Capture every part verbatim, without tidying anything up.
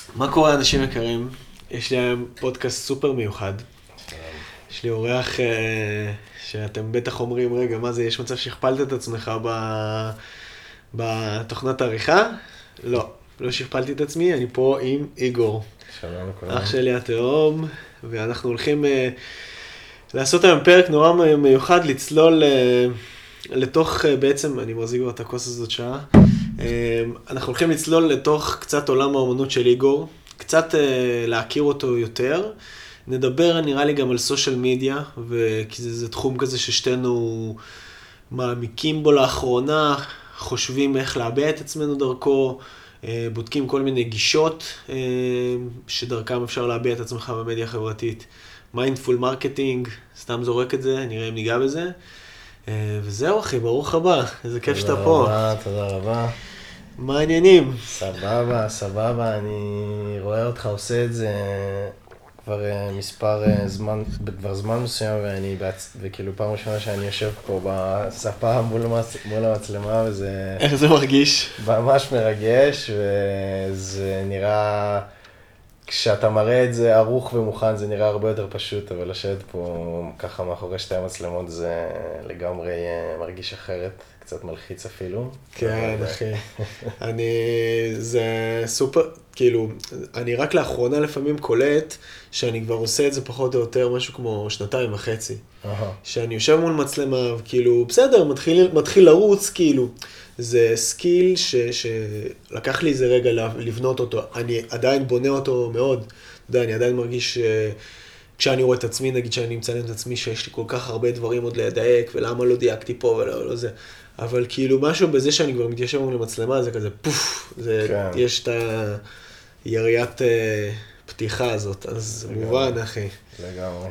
מה קורה אנשים יקרים? יש לי היום פודקאסט סופר מיוחד. יש לי אורח אה, שאתם בטח אומרים, רגע, מה זה, יש מצב שהכפלת את עצמך ב... בתוכנת העריכה? לא, לא שהכפלתי את עצמי, אני פה עם איגור. שלום לכולם. אח שלי התאום, ואנחנו הולכים אה, לעשות היום פרק נורא מיוחד, לצלול אה, לתוך, אה, בעצם, אני מחזיק כבר את הכוס הזאת שעה, אה, אנחנו הולכים לצלול לתוך קצת עולם האומנות של איגור, קצת אה, להכיר אותו יותר, נדבר נראה לי גם על סושיאל מדיה, כי זה, זה תחום כזה ששתינו מעמיקים בו לאחרונה, חושבים איך להביע את עצמנו דרכו, בודקים כל מיני גישות שדרכם אפשר להביע את עצמך במדיה החברתית. מיינדפול מרקטינג, סתם זורק את זה, נראה אם ניגע בזה. וזהו אחי, ברוך הבא, איזה כיף שאתה פה. תודה רבה, תודה רבה. מה העניינים? סבבה, סבבה, אני רואה אותך עושה את זה כבר מספר זמן, כבר זמן מסוים, ואני, וכאילו פעם ראשונה שאני יושב פה בספה מול, מול המצלמה, וזה... איך זה מרגיש? ממש מרגש, וזה נראה, כשאתה מראה את זה ערוך ומוכן, זה נראה הרבה יותר פשוט, אבל לשבת פה ככה מאחורי שתי המצלמות, זה לגמרי מרגיש אחרת, קצת מלחיץ אפילו. כן, אחי. אני, זה סופר, כאילו, אני רק לאחרונה לפעמים קולט, שאני כבר עושה את זה פחות או יותר משהו כמו שנתיים וחצי. שאני יושב מול מצלמה, וכאילו, בסדר, מתחיל, מתחיל לרוץ, כאילו, זה סקיל ש, שלקח לי איזה רגע לבנות אותו, אני עדיין בונה אותו מאוד, אתה יודע, אני עדיין מרגיש כשאני רואה את עצמי, נגיד שאני מצלם את עצמי, שיש לי כל כך הרבה דברים עוד לדייק, ולמה לא דייקתי פה ולא לא זה, אבל כאילו משהו בזה שאני כבר מתיישב מול המצלמה, זה כזה פוף, זה, כן. יש את היריית uh, פתיחה הזאת, אז לגמרי. מובן אחי. לגמרי.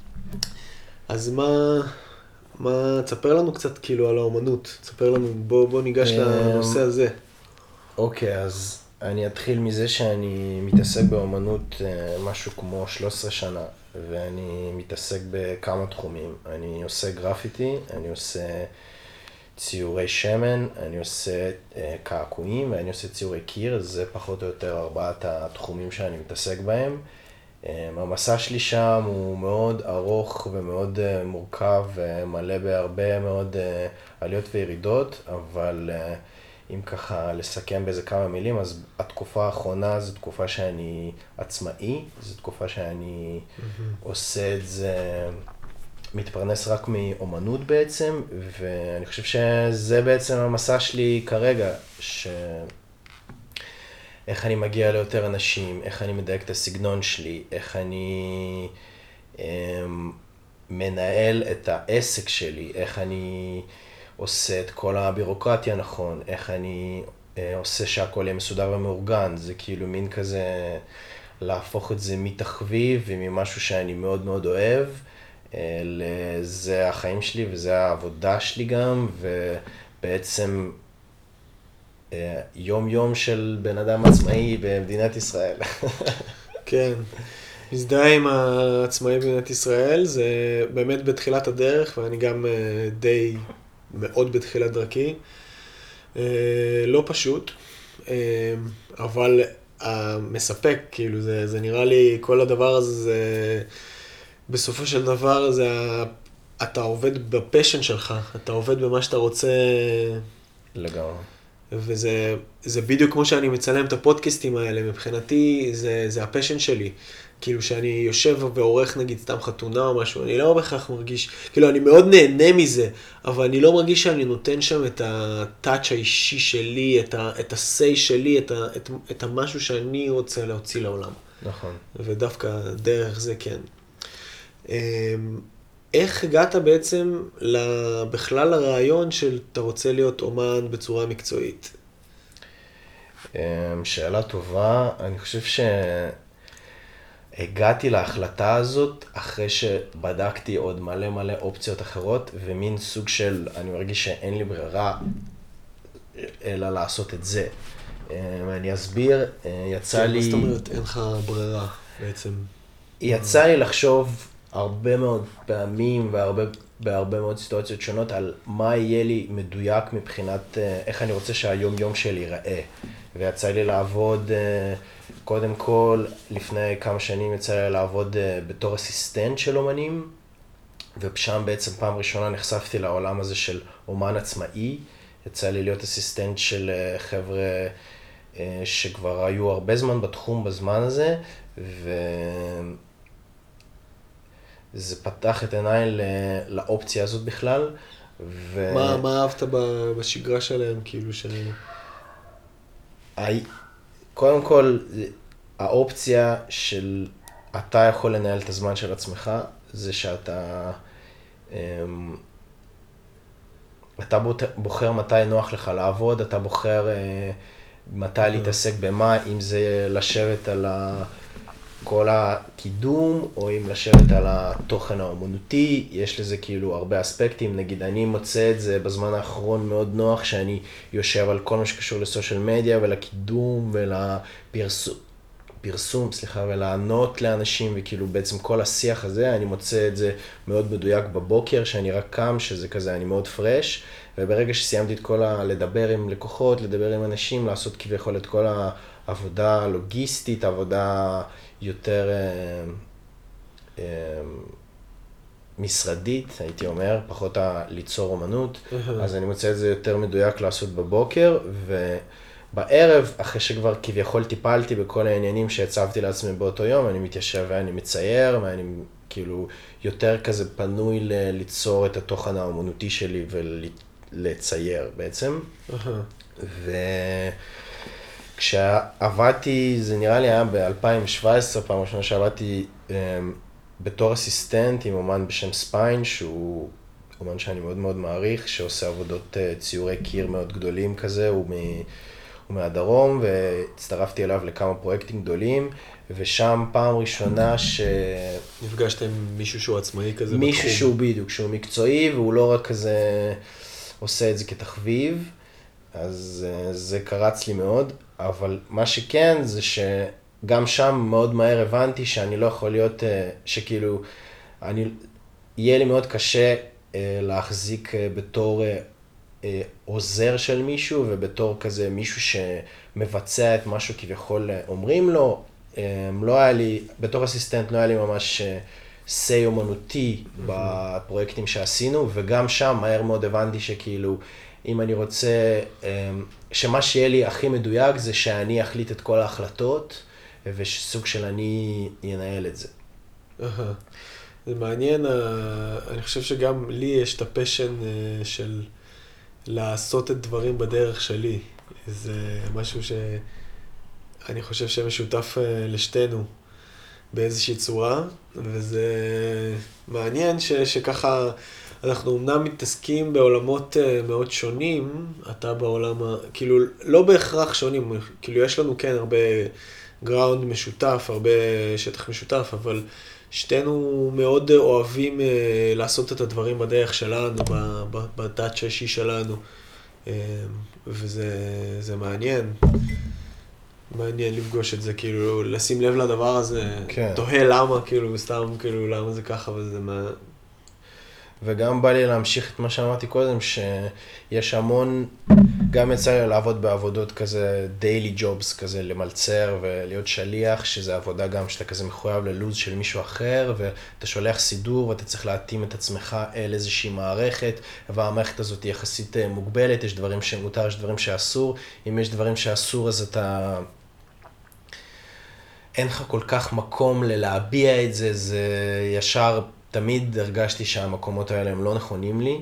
אז מה... מה, תספר לנו קצת כאילו על האומנות, תספר לנו, בוא, בוא ניגש לנושא הזה. אוקיי, אז אני אתחיל מזה שאני מתעסק באומנות משהו כמו שלוש עשרה שנה, ואני מתעסק בכמה תחומים. אני עושה גרפיטי, אני עושה ציורי שמן, אני עושה קעקועים, ואני עושה ציורי קיר, זה פחות או יותר ארבעת התחומים שאני מתעסק בהם. המסע שלי שם הוא מאוד ארוך ומאוד מורכב ומלא בהרבה מאוד עליות וירידות, אבל אם ככה לסכם באיזה כמה מילים, אז התקופה האחרונה זו תקופה שאני עצמאי, זו תקופה שאני mm-hmm. עושה את זה, מתפרנס רק מאומנות בעצם, ואני חושב שזה בעצם המסע שלי כרגע, ש... איך אני מגיע ליותר אנשים, איך אני מדייק את הסגנון שלי, איך אני אה, מנהל את העסק שלי, איך אני עושה את כל הבירוקרטיה נכון, איך אני אה, עושה שהכל יהיה מסודר ומאורגן, זה כאילו מין כזה להפוך את זה מתחביב וממשהו שאני מאוד מאוד אוהב, אה, זה החיים שלי וזה העבודה שלי גם, ובעצם יום יום של בן אדם עצמאי במדינת ישראל. כן, מזדהה עם העצמאי במדינת ישראל, זה באמת בתחילת הדרך, ואני גם די מאוד בתחילת דרכי. לא פשוט, אבל מספק, כאילו, זה, זה נראה לי, כל הדבר הזה, זה, בסופו של דבר, זה, אתה עובד בפשן שלך, אתה עובד במה שאתה רוצה. לגמרי. וזה זה בדיוק כמו שאני מצלם את הפודקאסטים האלה, מבחינתי זה, זה הפשן שלי. כאילו שאני יושב ועורך נגיד סתם חתונה או משהו, אני לא בכך מרגיש, כאילו אני מאוד נהנה מזה, אבל אני לא מרגיש שאני נותן שם את הטאץ' האישי שלי, את ה, את ה-say שלי, את, ה, את, את המשהו שאני רוצה להוציא לעולם. נכון. ודווקא דרך זה כן. איך הגעת בעצם בכלל לרעיון של אתה רוצה להיות אומן בצורה מקצועית? שאלה טובה. אני חושב שהגעתי להחלטה הזאת אחרי שבדקתי עוד מלא מלא אופציות אחרות, ומין סוג של, אני מרגיש שאין לי ברירה אלא לעשות את זה. אני אסביר, יצא לי... מה זאת אומרת, אין לך ברירה בעצם? יצא לי לחשוב הרבה מאוד פעמים והרבה בהרבה מאוד סיטואציות שונות על מה יהיה לי מדויק מבחינת איך אני רוצה שהיום יום שלי ייראה. ויצא לי לעבוד, קודם כל, לפני כמה שנים יצא לי לעבוד בתור אסיסטנט של אומנים, ושם בעצם פעם ראשונה נחשפתי לעולם הזה של אומן עצמאי. יצא לי להיות אסיסטנט של חבר'ה שכבר היו הרבה זמן בתחום בזמן הזה, וזה פתח את עיניי לאופציה הזאת בכלל. ו... מה, מה אהבת בשגרה שלהם, כאילו ש... קודם כל, האופציה של אתה יכול לנהל את הזמן של עצמך, זה שאתה אתה בוחר מתי נוח לך לעבוד, אתה בוחר מתי להתעסק במה, אם זה לשבת על כל הקידום, או אם לשבת על התוכן האומנותי. יש לזה כאילו הרבה אספקטים. נגיד, אני מוצא את זה בזמן האחרון מאוד נוח, שאני יושב על כל מה שקשור לסושיאל מדיה ולקידום ולפרסום, פרסום, סליחה, ולענות לאנשים, וכאילו בעצם כל השיח הזה, אני מוצא את זה מאוד מדויק בבוקר, שאני רק קם, שזה כזה, אני מאוד פרש, וברגע שסיימתי את כל ה... לדבר עם לקוחות, לדבר עם אנשים, לעשות כביכול את כל העבודה הלוגיסטית, עבודה יותר אה, אה, משרדית, הייתי אומר, פחות ליצור אומנות, אז אני מוצא את זה יותר מדויק לעשות בבוקר, ו... בערב, אחרי שכבר כביכול טיפלתי בכל העניינים שהצבתי לעצמי באותו יום, אני מתיישב ואני מצייר, ואני כאילו יותר כזה פנוי ל- ליצור את התוכן האומנותי שלי ולצייר בעצם. וכשעבדתי, זה נראה לי היה ב-אלפיים שבע עשרה, פעם ראשונה שעבדתי בתור אסיסטנט עם אומן בשם ספיין, שהוא אומן שאני מאוד מאוד מעריך, שעושה עבודות ציורי קיר מאוד גדולים כזה, הוא מ... הוא מהדרום, והצטרפתי אליו לכמה פרויקטים גדולים, ושם פעם ראשונה ש... נפגשת עם מישהו שהוא עצמאי כזה בתחום? מישהו שהוא בדיוק, שהוא מקצועי, והוא לא רק כזה עושה את זה כתחביב, אז זה קרץ לי מאוד, אבל מה שכן זה שגם שם מאוד מהר הבנתי שאני לא יכול להיות, שכאילו, אני... יהיה לי מאוד קשה להחזיק בתור... עוזר של מישהו, ובתור כזה מישהו שמבצע את משהו כביכול אומרים לו, לא היה לי, בתור אסיסטנט לא היה לי ממש סי אומנותי בפרויקטים שעשינו, וגם שם מהר מאוד הבנתי שכאילו, אם אני רוצה, שמה שיהיה לי הכי מדויק זה שאני אחליט את כל ההחלטות, ושסוג של אני ינהל את זה. זה מעניין, אני חושב שגם לי יש את הפשן של... לעשות את דברים בדרך שלי. זה משהו שאני חושב שמשותף לשתינו באיזושהי צורה, וזה מעניין ש, שככה אנחנו אמנם מתעסקים בעולמות מאוד שונים, אתה בעולם, כאילו לא בהכרח שונים, כאילו יש לנו כן הרבה גראונד משותף, הרבה שטח משותף, אבל שתינו מאוד אוהבים אה, לעשות את הדברים בדרך שלנו, בטאץ' האישי שלנו, אה, וזה זה מעניין. מעניין לפגוש את זה, כאילו, לשים לב לדבר הזה, כן. תוהה למה, כאילו, סתם, כאילו, למה זה ככה, וזה מה... וגם בא לי להמשיך את מה שאמרתי קודם, שיש המון, גם יצא לי לעבוד בעבודות כזה, daily jobs כזה, למלצר ולהיות שליח, שזה עבודה גם שאתה כזה מחויב ללוז של מישהו אחר, ואתה שולח סידור ואתה צריך להתאים את עצמך אל איזושהי מערכת, והמערכת הזאת היא יחסית מוגבלת, יש דברים שמותר, יש דברים שאסור, אם יש דברים שאסור אז אתה... אין לך כל כך מקום ללהביע את זה, זה ישר... תמיד הרגשתי שהמקומות האלה הם לא נכונים לי,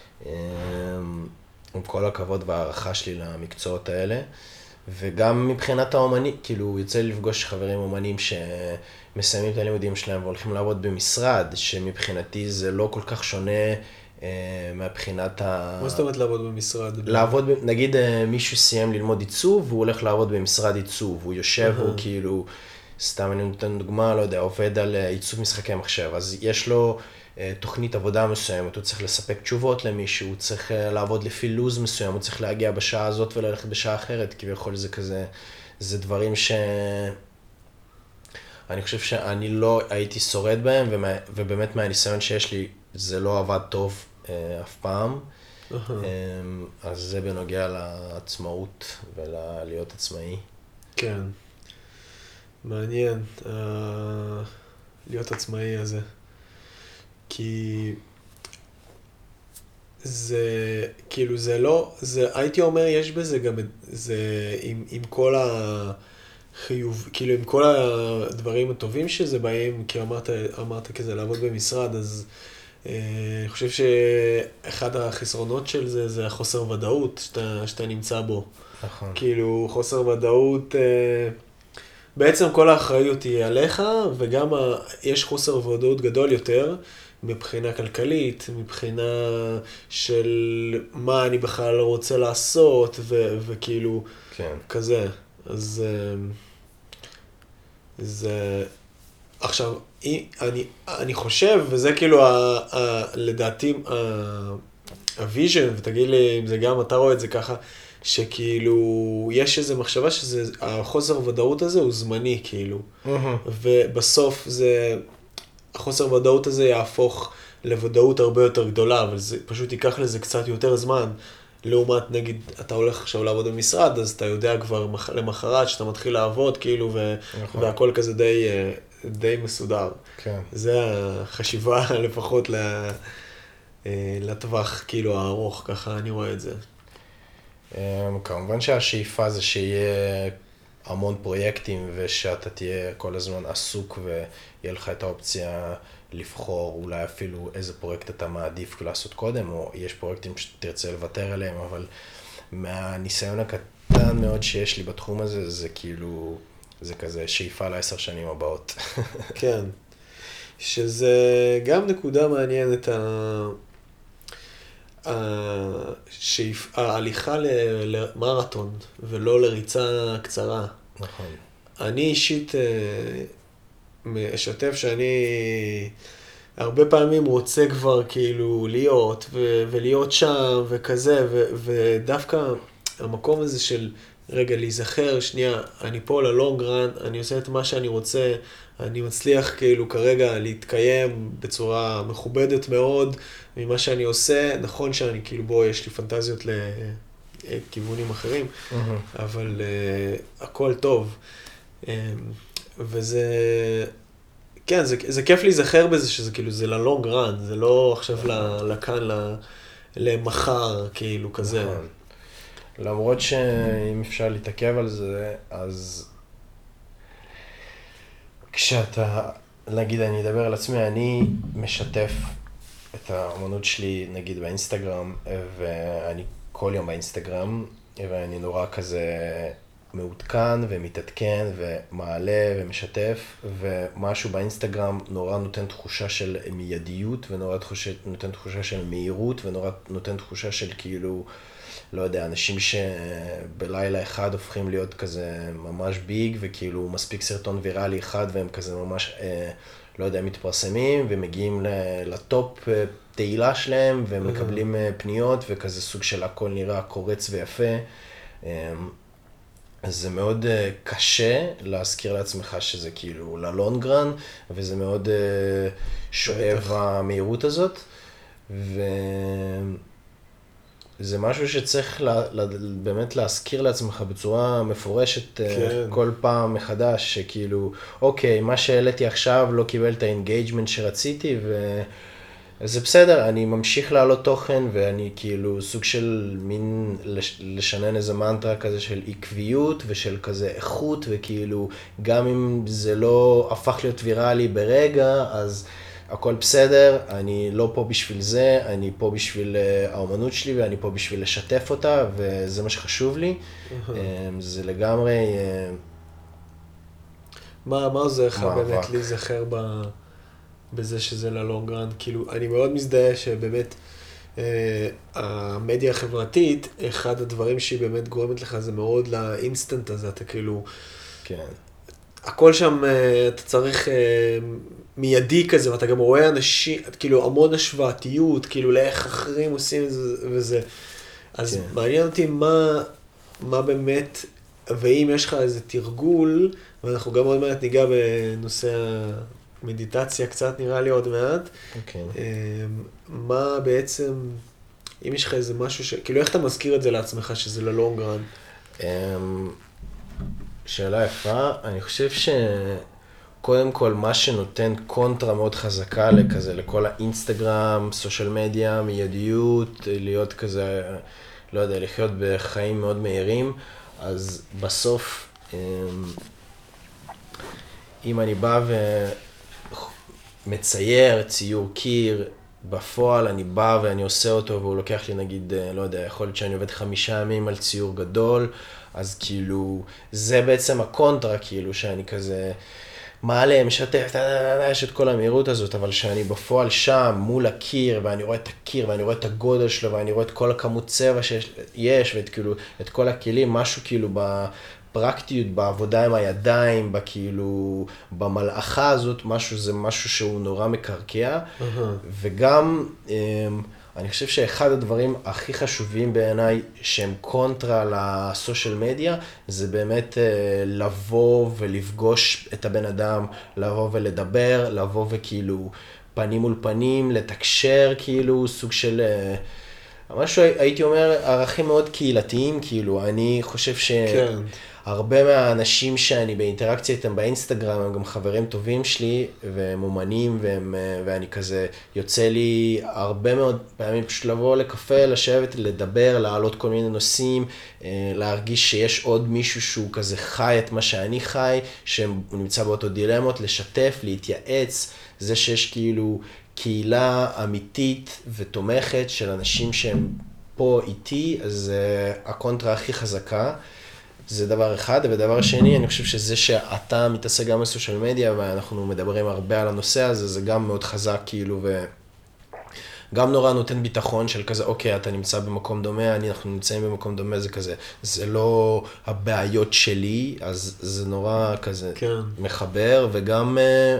עם כל הכבוד והערכה שלי למקצועות האלה, וגם מבחינת האומנים, כאילו יוצא לי לפגוש חברים אומנים שמסיימים את הלימודים שלהם והולכים לעבוד במשרד, שמבחינתי זה לא כל כך שונה מבחינת ה... מה זאת אומרת לעבוד במשרד? לעבוד, נגיד מישהו סיים ללמוד עיצוב, והוא הולך לעבוד במשרד עיצוב, הוא יושב, הוא כאילו... סתם אני נותן דוגמה, לא יודע, עובד על עיצוב משחקי מחשב, אז יש לו תוכנית עבודה מסוימת, הוא צריך לספק תשובות למישהו, הוא צריך לעבוד לפי לוז מסוים, הוא צריך להגיע בשעה הזאת וללכת בשעה אחרת, כביכול זה כזה, זה דברים ש... אני חושב שאני לא הייתי שורד בהם, ומה, ובאמת מהניסיון שיש לי, זה לא עבד טוב אה, אף פעם. Uh-huh. אה, אז זה בנוגע לעצמאות וללהיות עצמאי. כן. מעניין, uh, להיות עצמאי הזה. כי זה, כאילו זה לא, זה, הייתי אומר, יש בזה גם, זה עם, עם כל החיוב, כאילו עם כל הדברים הטובים שזה באים, כי אמרת, אמרת כזה לעבוד במשרד, אז אה, אני חושב שאחד החסרונות של זה, זה החוסר ודאות שאתה, שאתה נמצא בו. נכון. כאילו חוסר ודאות, אה, בעצם כל האחריות היא עליך, וגם ה, יש חוסר ודאות גדול יותר, מבחינה כלכלית, מבחינה של מה אני בכלל רוצה לעשות, ו- וכאילו, כן. כזה. אז זה, עכשיו, אני, אני חושב, וזה כאילו, ה, ה, לדעתי, הוויז'ן, ותגיד לי אם זה גם, אתה רואה את זה ככה, שכאילו, יש איזו מחשבה שזה, החוסר ודאות הזה הוא זמני, כאילו. Mm-hmm. ובסוף זה, החוסר ודאות הזה יהפוך לוודאות הרבה יותר גדולה, אבל זה פשוט ייקח לזה קצת יותר זמן. לעומת, נגיד, אתה הולך עכשיו לעבוד במשרד, אז אתה יודע כבר למחרת שאתה מתחיל לעבוד, כאילו, ו- נכון. והכל כזה די, די מסודר. כן. זה החשיבה לפחות לטווח, כאילו, הארוך, ככה אני רואה את זה. כמובן שהשאיפה זה שיהיה המון פרויקטים, ושאתה תהיה כל הזמן עסוק, ויהיה לך את האופציה לבחור אולי אפילו איזה פרויקט אתה מעדיף לעשות קודם, או יש פרויקטים שתרצה לוותר עליהם, אבל מהניסיון הקטן מאוד שיש לי בתחום הזה, זה כאילו, זה כזה שאיפה לעשר שנים הבאות. כן, שזה גם נקודה מעניינת, השאיפ... ההליכה למרתון, ולא לריצה קצרה. נכון. אני אישית משתף שאני הרבה פעמים רוצה כבר כאילו להיות, ו- ולהיות שם וכזה, ו- ודווקא המקום הזה של רגע להיזכר, שנייה, אני פה ללונג רן, אני עושה את מה שאני רוצה, אני מצליח כאילו כרגע להתקיים בצורה מכובדת מאוד ממה שאני עושה, נכון שאני כאילו בו יש לי פנטזיות לכיוונים אחרים, mm-hmm. אבל uh, הכל טוב. Um, וזה, כן, זה, זה כיף להיזכר בזה שזה כאילו, זה ללונג רן, זה לא עכשיו לכאן, למחר, כאילו כזה. נכון. למרות שאם אפשר להתעכב על זה, אז כשאתה, נגיד אני אדבר על עצמי, אני משתף את האמנות שלי, נגיד באינסטגרם, ואני כל יום באינסטגרם, ואני נורא כזה מעודכן ומתעדכן ומעלה ומשתף, ומשהו באינסטגרם נורא נותן תחושה של מיידיות, ונורא תחושה, נותן תחושה של מהירות, ונורא נותן תחושה של כאילו, לא יודע, אנשים שבלילה אחד הופכים להיות כזה ממש ביג, וכאילו מספיק סרטון ויראלי אחד, והם כזה ממש, אה, לא יודע, מתפרסמים, ומגיעים לטופ תהילה שלהם, ומקבלים פניות, וכזה סוג של הכל נראה קורץ ויפה. אז זה מאוד קשה להזכיר לעצמך שזה כאילו ללונגרן, וזה מאוד שואב המהירות הזאת, וזה משהו שצריך לה, לה, באמת להזכיר לעצמך בצורה מפורשת כן. כל פעם מחדש, שכאילו, אוקיי, מה שהעליתי עכשיו לא קיבל את האינגייג'מנט שרציתי, ו... זה בסדר, אני ממשיך לעלות תוכן, ואני כאילו סוג של מין לשנן איזה מנטרה כזה של עקביות ושל כזה איכות, וכאילו גם אם זה לא הפך להיות ויראלי ברגע, אז הכל בסדר, אני לא פה בשביל זה, אני פה בשביל האומנות שלי, ואני פה בשביל לשתף אותה, וזה מה שחשוב לי. זה לגמרי... מה, מה עוזר לך באמת להיזכר ב... בזה שזה ללונגרן, כאילו, אני מאוד מזדהה שבאמת אה, המדיה החברתית, אחד הדברים שהיא באמת גורמת לך זה מאוד לאינסטנט הזה, אתה כאילו, כן. הכל שם, אה, אתה צריך אה, מיידי כזה, ואתה גם רואה אנשים, כאילו, המון השוואתיות, כאילו, לאיך אחרים עושים את זה וזה, אז כן. מעניין אותי מה, מה באמת ואם יש לך איזה תרגול, ואנחנו גם עוד מעט ניגע בנושא המדיטציה קצת נראה לי עוד מעט, אוקיי. מה בעצם, אם יש לך איזה משהו ש... כאילו איך אתה מזכיר את זה לעצמך שזה ללונג רן? שאלה יפה, אני חושב שקודם כל מה שנותן קונטרה מאוד חזקה לכזה, לכל האינסטגרם, סושיאל מדיה, מיידיות, להיות כזה, לא יודע, לחיות בחיים מאוד מהירים, אז בסוף, אם אני בא ומצייר ציור קיר, בפועל אני בא ואני עושה אותו והוא לוקח לי נגיד, לא יודע, יכול להיות שאני עובד חמישה ימים על ציור גדול, אז כאילו, זה בעצם הקונטרה, כאילו, שאני כזה מעלה, משתף, יש את כל המהירות הזאת, אבל שאני בפועל שם, מול הקיר, ואני רואה את הקיר, ואני רואה את הגודל שלו, ואני רואה את כל הכמות צבע שיש, ואת כאילו, את כל הכלים, משהו כאילו בפרקטיות, בעבודה עם הידיים, בכאילו, במלאכה הזאת, משהו, זה משהו שהוא נורא מקרקע, וגם, אני חושב שאחד הדברים הכי חשובים בעיניי שהם קונטרה לסושיאל מדיה, זה באמת לבוא ולפגוש את הבן אדם, לבוא ולדבר, לבוא וכאילו פנים מול פנים, לתקשר כאילו סוג של, משהו הייתי אומר ערכים מאוד קהילתיים, כאילו אני חושב ש... כן. הרבה מהאנשים שאני באינטראקציה איתם באינסטגרם, הם גם חברים טובים שלי, והם אומנים, והם, ואני כזה, יוצא לי הרבה מאוד פעמים פשוט לבוא לקפה, לשבת, לדבר, להעלות כל מיני נושאים, להרגיש שיש עוד מישהו שהוא כזה חי את מה שאני חי, שהוא נמצא באותו דילמות, לשתף, להתייעץ, זה שיש כאילו קהילה אמיתית ותומכת של אנשים שהם פה איתי, אז הקונטרה הכי חזקה. זה דבר אחד, ודבר שני, אני חושב שזה שאתה מתעסק גם בסושיאל מדיה, ואנחנו מדברים הרבה על הנושא הזה, זה גם מאוד חזק, כאילו, וגם נורא נותן ביטחון של כזה, אוקיי, אתה נמצא במקום דומה, אני, אנחנו נמצאים במקום דומה, זה כזה, זה לא הבעיות שלי, אז זה נורא כזה כן. מחבר, וגם,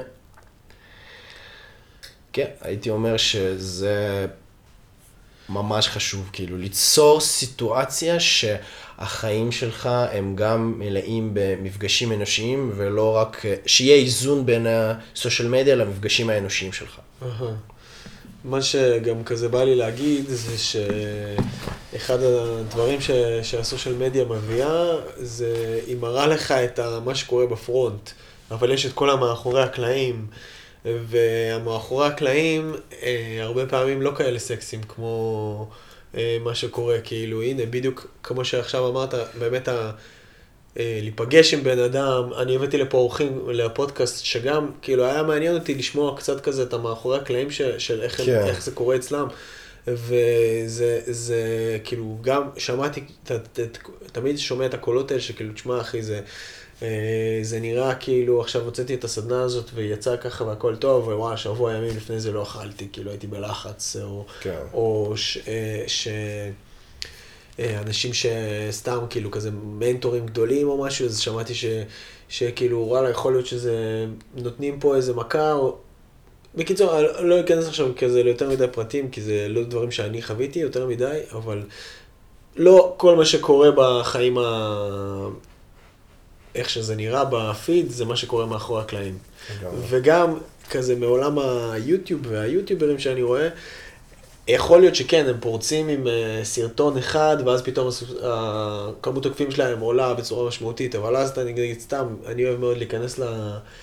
כן, הייתי אומר שזה ממש חשוב, כאילו, ליצור סיטואציה ש... החיים שלך הם גם מלאים במפגשים אנושיים, ולא רק, שיהיה איזון בין הסושיאל מדיה למפגשים האנושיים שלך. מה שגם כזה בא לי להגיד, זה שאחד הדברים ש... שהסושיאל מדיה מביאה, זה היא מראה לך את מה שקורה בפרונט, אבל יש את כל המאחורי הקלעים, והמאחורי הקלעים הרבה פעמים לא כאלה סקסים כמו... מה שקורה, כאילו, הנה, בדיוק כמו שעכשיו אמרת, באמת ה... להיפגש עם בן אדם, אני הבאתי לפה אורחים לפודקאסט, שגם, כאילו, היה מעניין אותי לשמוע קצת כזה את המאחורי הקלעים של, של איך, כן. איך זה קורה אצלם, וזה, זה, כאילו, גם שמעתי, ת, ת, ת, תמיד שומע את הקולות האלה, שכאילו, תשמע, אחי, זה... זה נראה כאילו, עכשיו הוצאתי את הסדנה הזאת ויצא ככה והכל טוב, ווואלה, שבוע ימים לפני זה לא אכלתי, כאילו הייתי בלחץ, או, כן. או ש, ש, אנשים שסתם כאילו כזה מנטורים גדולים או משהו, אז שמעתי ש, שכאילו, וואלה, יכול להיות שזה, נותנים פה איזה מכה, או... בקיצור, אני לא אכנס עכשיו כזה ליותר מדי פרטים, כי זה לא דברים שאני חוויתי יותר מדי, אבל לא כל מה שקורה בחיים ה... איך שזה נראה בפיד, זה מה שקורה מאחורי הקלעים. וגם כזה מעולם היוטיוב והיוטיוברים שאני רואה, יכול להיות שכן, הם פורצים עם סרטון אחד, ואז פתאום כמות עוקבים שלהם עולה בצורה משמעותית, אבל אז אתה נגיד סתם, אני אוהב מאוד להיכנס ל...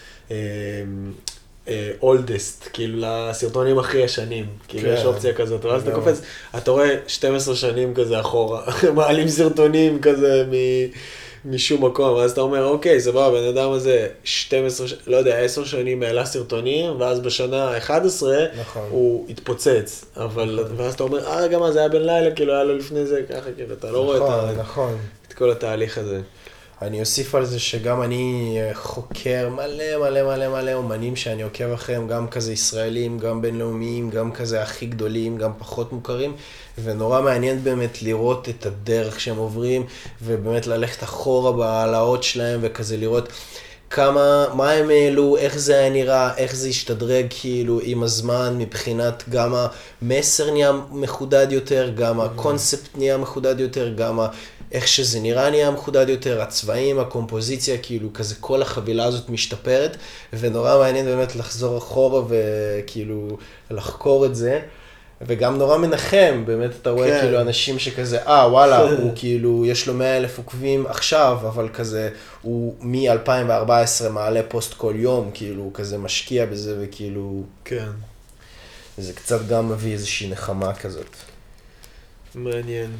אולדסט, כאילו לסרטונים הכי ישנים, כאילו יש אופציה כזאת, ואז אתה קופץ, אתה רואה שתים עשרה שנים כזה אחורה, מעלים סרטונים כזה משום מקום, ואז אתה אומר, אוקיי, זה בא, בן אדם הזה שתים עשרה, לא יודע, עשר שנים העלה סרטונים, ואז בשנה אחת עשרה הוא התפוצץ, אבל, ואז אתה אומר, אה, גם אז זה היה בן לילה, כאילו היה לו לפני זה, ככה, כאילו, אתה לא רואה את כל התהליך הזה. אני אוסיף על זה שגם אני חוקר מלא מלא מלא מלא אומנים שאני עוקב אחריהם, גם כזה ישראלים, גם בינלאומיים, גם כזה הכי גדולים, גם פחות מוכרים, ונורא מעניין באמת לראות את הדרך שהם עוברים, ובאמת ללכת אחורה בהעלאות שלהם, וכזה לראות כמה, מה הם העלו, איך זה היה נראה, איך זה השתדרג כאילו עם הזמן, מבחינת גם המסר נהיה מחודד יותר, גם הקונספט נהיה מחודד יותר, גם ה... איך שזה נראה נהיה מחודד יותר, הצבעים, הקומפוזיציה, כאילו כזה כל החבילה הזאת משתפרת, ונורא מעניין באמת לחזור אחורה וכאילו לחקור את זה. וגם נורא מנחם, באמת אתה רואה כן. כאילו אנשים שכזה, אה וואלה, הוא כאילו, יש לו מאה אלף עוקבים עכשיו, אבל כזה, הוא מ-אלפיים וארבע עשרה מעלה פוסט כל יום, כאילו, כזה משקיע בזה וכאילו... כן. זה קצת גם מביא איזושהי נחמה כזאת. מעניין.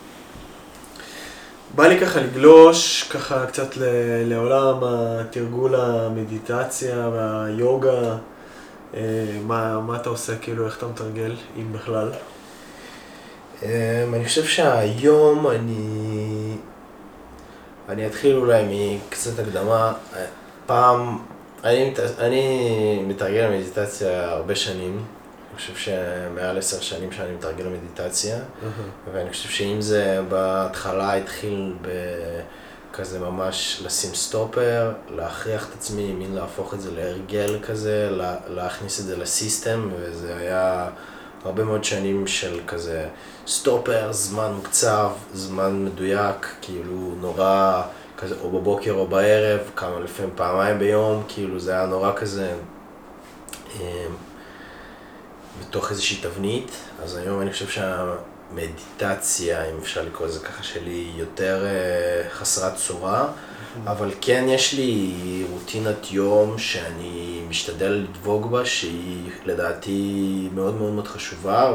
בא לי ככה לגלוש, ככה קצת לעולם התרגול המדיטציה והיוגה. מה, מה אתה עושה, כאילו, איך אתה מתרגל, אם בכלל? אני חושב שהיום אני... אני אתחיל אולי מקצת הקדמה. פעם... אני, אני מתרגל למדיטציה הרבה שנים. אני חושב שמעל עשר שנים שאני מתרגל למדיטציה. Uh-huh. ואני חושב שאם זה בהתחלה התחיל ב... כזה ממש לשים סטופר, להכריח את עצמי, מין להפוך את זה להרגל כזה, לה, להכניס את זה לסיסטם, וזה היה הרבה מאוד שנים של כזה סטופר, זמן מוקצב, זמן מדויק, כאילו נורא כזה, או בבוקר או בערב, כמה לפעמים פעמיים ביום, כאילו זה היה נורא כזה אה, בתוך איזושהי תבנית. אז היום אני חושב שה... מדיטציה, אם אפשר לקרוא לזה ככה, שלי יותר uh, חסרת צורה, mm-hmm. אבל כן יש לי רוטינת יום שאני משתדל לדבוק בה, שהיא לדעתי מאוד מאוד מאוד חשובה,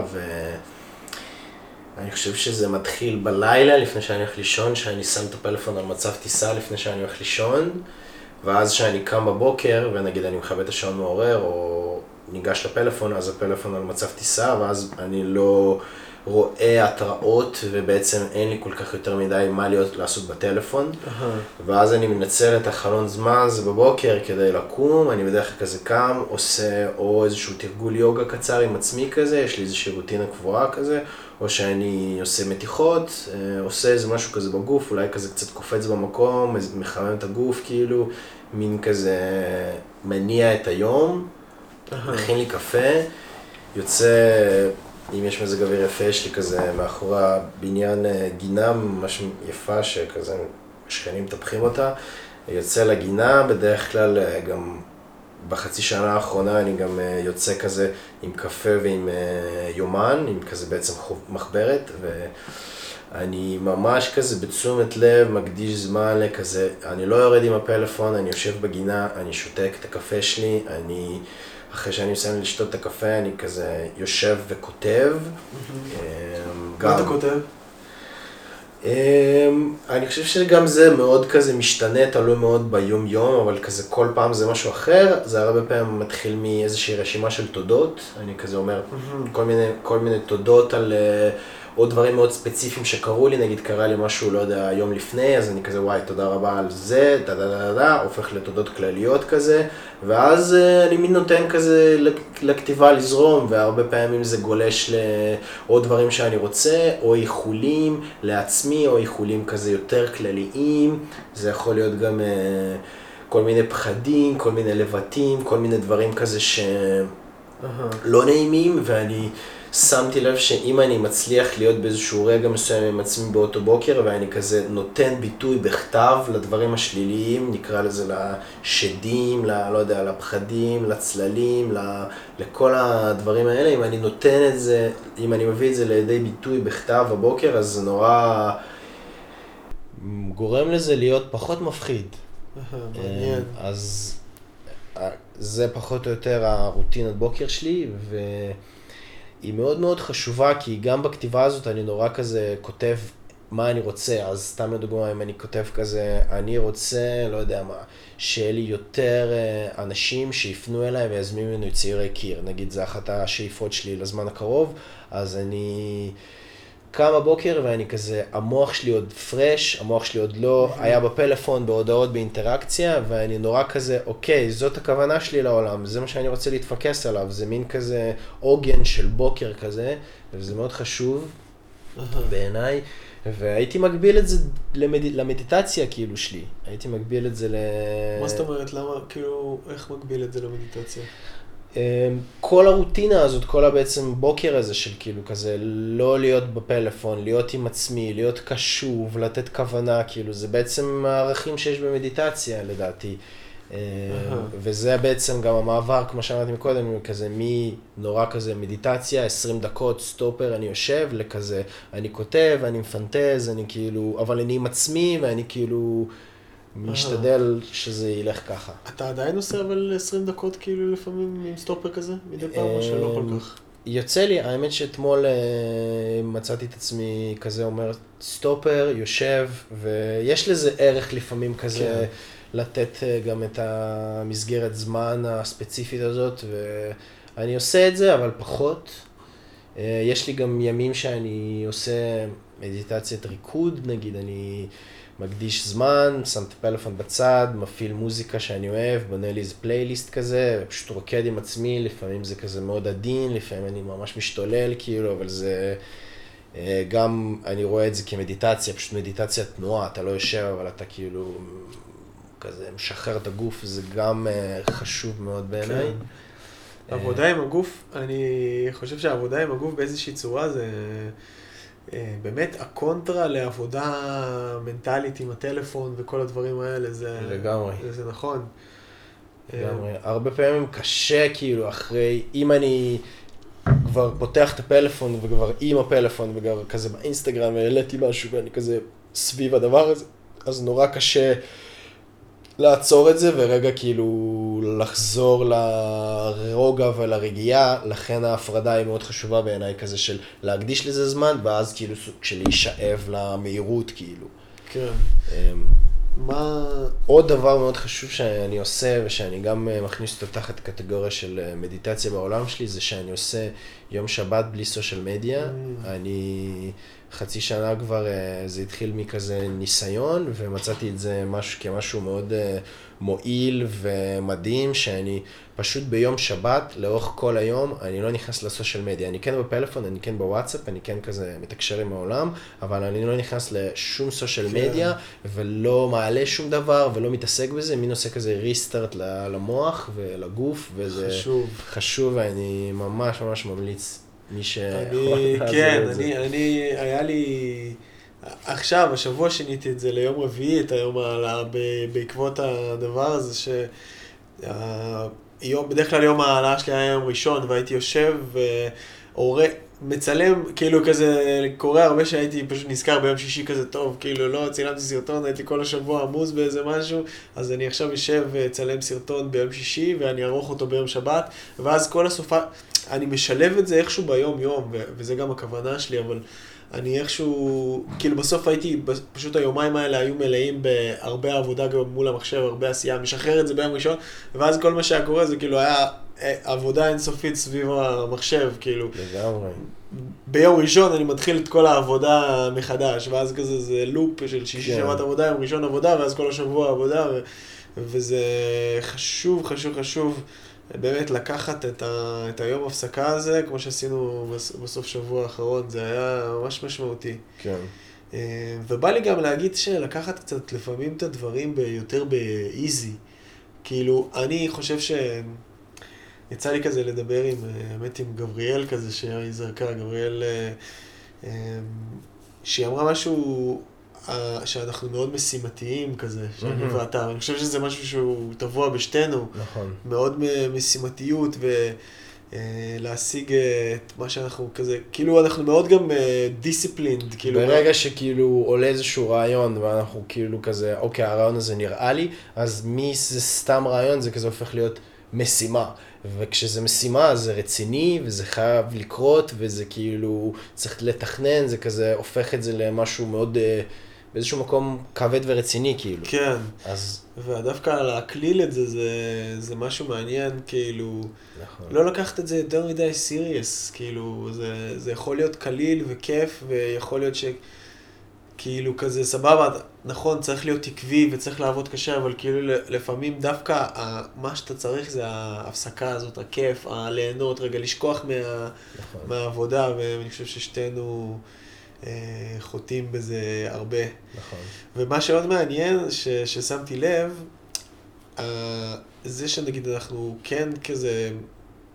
ואני חושב שזה מתחיל בלילה לפני שאני הולך לישון, שאני שם את הפלאפון על מצב טיסה לפני שאני הולך לישון, ואז שאני קם בבוקר, ונגיד אני מכבה את השעון מעורר, או ניגש לפלאפון, אז הפלאפון על מצב טיסה, ואז אני לא... רואה התראות, ובעצם אין לי כל כך יותר מדי מה להיות לעשות בטלפון. Uh-huh. ואז אני מנצל את החלון זמן הזה בבוקר כדי לקום, אני בדרך כלל כזה קם, עושה או איזשהו תרגול יוגה קצר עם עצמי כזה, יש לי איזושהי רוטינה קבועה כזה, או שאני עושה מתיחות, עושה איזה משהו כזה בגוף, אולי כזה קצת קופץ במקום, מחמם את הגוף כאילו, מין כזה מניע את היום, uh-huh. מכין לי קפה, יוצא... אם יש מזג אוויר יפה, יש לי כזה מאחורי הבניין גינה ממש יפה שכזה שכנים מטפחים אותה. יוצא לגינה, בדרך כלל גם בחצי שנה האחרונה אני גם יוצא כזה עם קפה ועם יומן, עם כזה בעצם מחברת, ואני ממש כזה בתשומת לב, מקדיש זמן לכזה, אני לא יורד עם הפלאפון, אני יושב בגינה, אני שותק את הקפה שלי, אני... אחרי שאני מסיים לשתות את הקפה, אני כזה יושב וכותב. מה אתה כותב? אני חושב שגם זה מאוד כזה משתנה, תלוי מאוד ביום יום, אבל כזה כל פעם זה משהו אחר. זה הרבה פעמים מתחיל מאיזושהי רשימה של תודות. אני כזה אומר כל מיני, כל מיני תודות על עוד דברים מאוד ספציפיים שקרו לי, נגיד קרה לי משהו, לא יודע, יום לפני, אז אני כזה וואי, תודה רבה על זה, דה דה דה דה, הופך לתודות כלליות כזה, ואז אני מין נותן כזה לכתיבה לזרום, והרבה פעמים זה גולש לעוד דברים שאני רוצה, או איחולים לעצמי, או איחולים כזה יותר כלליים, זה יכול להיות גם כל מיני פחדים, כל מיני לבטים, כל מיני דברים כזה שלא נעימים, ואני... שמתי לב שאם אני מצליח להיות באיזשהו רגע מסוים עם עצמי באותו בוקר, ואני כזה נותן ביטוי בכתב לדברים השליליים, נקרא לזה לשדים, ל, לא יודע, לפחדים, לצללים, ל, לכל הדברים האלה, אם אני נותן את זה, אם אני מביא את זה לידי ביטוי בכתב בבוקר, אז זה נורא גורם לזה להיות פחות מפחיד. מעניין. אז זה פחות או יותר הרוטינת בוקר שלי, ו... היא מאוד מאוד חשובה, כי גם בכתיבה הזאת אני נורא כזה כותב מה אני רוצה, אז סתם לדוגמה אם אני כותב כזה, אני רוצה, לא יודע מה, שיהיה לי יותר אנשים שיפנו אליי ויזמינו ממנו צעירי קיר, נגיד זה אחת השאיפות שלי לזמן הקרוב, אז אני קם בבוקר ואני כזה, המוח שלי עוד פרש, המוח שלי עוד לא היה בפלאפון, בהודעות, באינטראקציה, ואני נורא כזה, אוקיי, זאת הכוונה שלי לעולם, זה מה שאני רוצה להתפקס עליו, זה מין כזה עוגן של בוקר כזה, וזה מאוד חשוב בעיניי, והייתי מגביל את זה למד... למדיטציה כאילו שלי, הייתי מגביל את זה ל... מה זאת אומרת? למה, כאילו, איך מגביל את זה למדיטציה? כל הרוטינה הזאת, כל הבעצם בוקר הזה של כאילו כזה, לא להיות בפלאפון, להיות עם עצמי, להיות קשוב, לתת כוונה, כאילו זה בעצם הערכים שיש במדיטציה לדעתי. וזה בעצם גם המעבר, כמו שאמרתי מקודם, כזה מי נורא כזה מדיטציה, עשרים דקות סטופר, אני יושב לכזה, אני כותב, אני מפנטז, אני כאילו, אבל אני עם עצמי ואני כאילו משתדל שזה ילך ככה. אתה עדיין עושה אבל עשרים דקות כאילו לפעמים עם סטופר כזה, מדי פעם או שלא כל כך? יוצא לי, האמת שאתמול מצאתי את עצמי כזה אומר סטופר, יושב, ויש לזה ערך לפעמים כזה לתת גם את המסגרת זמן הספציפית הזאת, ואני עושה את זה אבל פחות. יש לי גם ימים שאני עושה מדיטציית ריקוד, נגיד אני מקדיש זמן, שם את הפלאפון בצד, מפעיל מוזיקה שאני אוהב, בונה לי איזה פלייליסט כזה, ופשוט רוקד עם עצמי, לפעמים זה כזה מאוד עדין, לפעמים אני ממש משתולל כאילו, אבל זה גם, אני רואה את זה כמדיטציה, פשוט מדיטציה תנועה, אתה לא יושב, אבל אתה כאילו כזה משחרר את הגוף, זה גם חשוב מאוד בעיניי. כן. עבודה עם הגוף, אני חושב שהעבודה עם הגוף באיזושהי צורה זה באמת הקונטרה לעבודה מנטלית עם הטלפון וכל הדברים האלה, זה... לגמרי. זה, זה נכון. לגמרי. הרבה פעמים קשה כאילו אחרי, אם אני כבר פותח את הפלאפון וכבר עם הפלאפון וכבר כזה באינסטגרם והעליתי משהו ואני כזה סביב הדבר הזה, אז נורא קשה לעצור את זה ורגע כאילו לחזור לרוגע ולרגיעה, לכן ההפרדה היא מאוד חשובה בעיניי כזה של להקדיש לזה זמן, ואז כאילו כשלהישאב למהירות כאילו. כן. מה... עוד דבר מאוד חשוב שאני עושה ושאני גם מכניס אותו תחת קטגוריה של מדיטציה בעולם שלי, זה שאני עושה יום שבת בלי סושיאל מדיה. Mm. אני חצי שנה כבר, זה התחיל מכזה ניסיון, ומצאתי את זה משהו, כמשהו מאוד מועיל ומדהים, שאני פשוט ביום שבת, לאורך כל היום, אני לא נכנס לסושיאל מדיה. אני כן בפלאפון, אני כן בוואטסאפ, אני כן כזה מתקשר עם העולם, אבל אני לא נכנס לשום סושיאל מדיה, ולא מעלה שום דבר, ולא מתעסק בזה, מין עושה כזה ריסטארט למוח ולגוף, וזה חשוב. חשוב, ואני ממש ממש ממליץ. מי אני, כן, אני, אני, היה לי, עכשיו, השבוע שיניתי את זה ליום רביעי, את היום העלה, בעקבות הדבר הזה, שהיום, בדרך כלל יום העלה שלי היה יום ראשון, והייתי יושב ועורק, מצלם, כאילו כזה, קורה הרבה שהייתי פשוט נזכר ביום שישי כזה טוב, כאילו לא צילמתי סרטון, הייתי כל השבוע עמוס באיזה משהו, אז אני עכשיו יושב וצלם סרטון ביום שישי, ואני ארוך אותו ביום שבת, ואז כל הסופה, אני משלב את זה איכשהו ביום יום, וזה גם הכוונה שלי, אבל אני איכשהו, כאילו בסוף הייתי, פשוט היומיים האלה היו מלאים בהרבה עבודה גם מול המחשב, הרבה עשייה, משחרר את זה ביום ראשון, ואז כל מה שהיה קורה זה כאילו היה עבודה אינסופית סביב המחשב, כאילו. לגמרי. ביום ראשון אני מתחיל את כל העבודה מחדש, ואז כזה זה לופ של שישי שבת עבודה, יום ראשון עבודה, ואז כל השבוע עבודה, וזה חשוב, חשוב, חשוב. באמת לקחת את, ה, את היום הפסקה הזה, כמו שעשינו בסוף שבוע האחרון, זה היה ממש משמעותי. כן. ובא לי גם להגיד שלקחת קצת לפעמים את הדברים ביותר באיזי. כאילו, אני חושב ש... יצא לי כזה לדבר עם, האמת עם גבריאל כזה, שהיא זרקה, גבריאל, שהיא אמרה משהו שאנחנו מאוד משימתיים כזה, שאני ואתה, אני חושב שזה משהו שהוא טבוע בשתינו, נכון. מאוד משימתיות ולהשיג את מה שאנחנו כזה, כאילו אנחנו מאוד גם דיסציפלינד, כאילו. ברגע שכאילו עולה איזשהו רעיון ואנחנו כאילו כזה, אוקיי, הרעיון הזה נראה לי, אז מי זה סתם רעיון, זה כזה הופך להיות משימה. וכשזה משימה זה רציני וזה חייב לקרות וזה כאילו צריך לתכנן, זה כזה הופך את זה למשהו מאוד באיזשהו מקום כבד ורציני כאילו. כן. אז... ודווקא להקליל את זה, זה, זה משהו מעניין, כאילו, נכון. לא לקחת את זה יותר מדי סיריוס, כאילו, זה, זה יכול להיות קליל וכיף, ויכול להיות ש... כאילו כזה סבבה, נכון, צריך להיות עקבי וצריך לעבוד קשה, אבל כאילו לפעמים דווקא מה שאתה צריך זה ההפסקה הזאת, הכיף, הליהנות, רגע לשכוח מה, נכון. מהעבודה, ואני חושב ששתינו אה, חוטאים בזה הרבה. נכון. ומה שעוד מעניין, ש, ששמתי לב, אה, זה שנגיד אנחנו כן כזה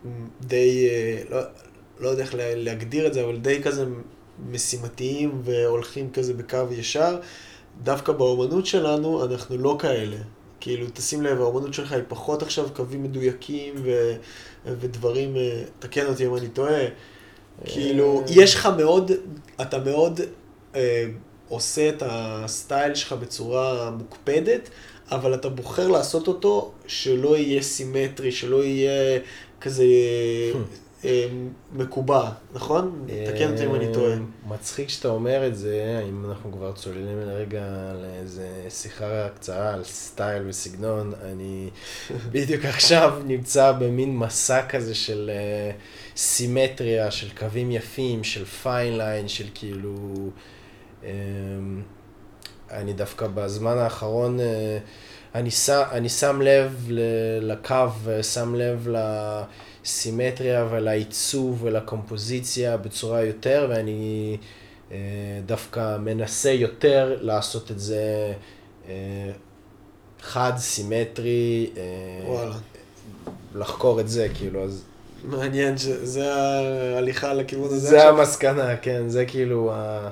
די, לא, לא יודע איך להגדיר את זה, אבל די כזה משימתיים והולכים כזה בקו ישר. דווקא באומנות שלנו אנחנו לא כאלה. כאילו, תשים לב, האומנות שלך היא פחות עכשיו קווים מדויקים ו, ודברים, תקן אותי אם אני טועה. כאילו, יש לך מאוד, אתה מאוד אה, עושה את הסטייל שלך בצורה מוקפדת, אבל אתה בוחר לעשות אותו שלא יהיה סימטרי, שלא יהיה כזה אה, מקובע, נכון? תקן אותי אם אני טועה. מצחיק שאתה אומר את זה, אם אנחנו כבר צוללים לרגע לאיזה שיחה קצרה על סטייל וסגנון, אני בדיוק עכשיו נמצא במין מסע כזה של uh, סימטריה, של קווים יפים, של פיין ליין, של כאילו... Um, אני דווקא בזמן האחרון, uh, אני, שם, אני שם לב לקו, שם לב לסימטריה ולעיצוב ולקומפוזיציה בצורה יותר, ואני uh, דווקא מנסה יותר לעשות את זה uh, חד, סימטרי, uh, וואלה. לחקור את זה, כאילו, אז... מעניין שזה ההליכה לכיוון הזה. זה המסקנה, כן, זה כאילו ה...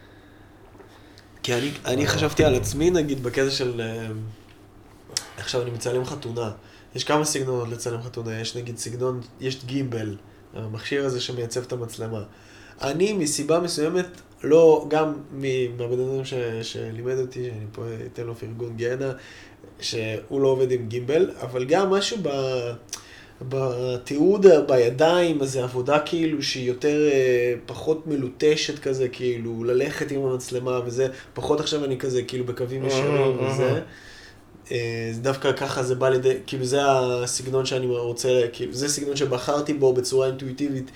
כי אני, אני חשבתי על עצמי, נגיד, בקטע של... עכשיו אני מצלם חתונה. יש כמה סגנונות לצלם חתונה. יש נגיד סגנון, יש גימבל, המכשיר הזה שמייצב את המצלמה. אני מסיבה מסוימת, לא, גם מהבן אדם ש, שלימד אותי, שאני פה אתן לו פרגון גאנה, שהוא לא עובד עם גימבל, אבל גם משהו ב... בתיעוד בידיים, אז זה עבודה כאילו שהיא יותר, פחות מלוטשת כזה, כאילו ללכת עם המצלמה וזה, פחות עכשיו אני כזה כאילו בקווים ישרים וזה. זה דווקא ככה זה בא לידי, כאילו זה הסגנון שאני רוצה, כאילו זה סגנון שבחרתי בו בצורה אינטואיטיבית,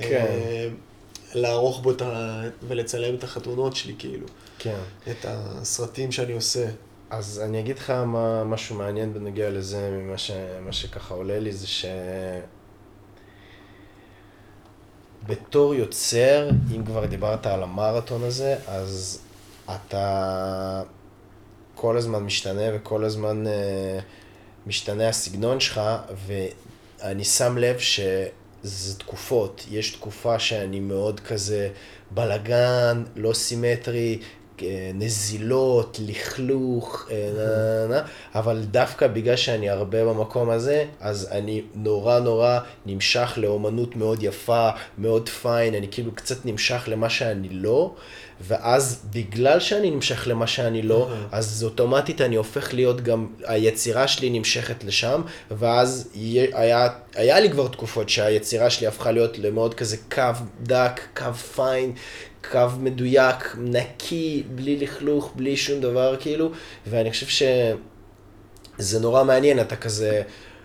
לערוך בו ולצלם את החתונות שלי כאילו, את הסרטים שאני עושה. אז אני אגיד לך מה, משהו מעניין בנוגע לזה, ממה ש, מה שככה עולה לי, זה שבתור יוצר, אם כבר דיברת על המרתון הזה, אז אתה כל הזמן משתנה וכל הזמן uh, משתנה הסגנון שלך, ואני שם לב שזה תקופות. יש תקופה שאני מאוד כזה בלגן, לא סימטרי, נזילות, לכלוך, אבל דווקא בגלל שאני הרבה במקום הזה, אז אני נורא נורא נמשך לאומנות מאוד יפה, מאוד פיין, אני כאילו קצת נמשך למה שאני לא, ואז בגלל שאני נמשך למה שאני לא, אז אוטומטית אני הופך להיות גם, היצירה שלי נמשכת לשם, ואז היה, היה לי כבר תקופות שהיצירה שלי הפכה להיות למאוד כזה קו דק, קו פיין, קו מדויק, נקי, בלי לכלוך, בלי שום דבר כאילו, ואני חושב שזה נורא מעניין, אתה כזה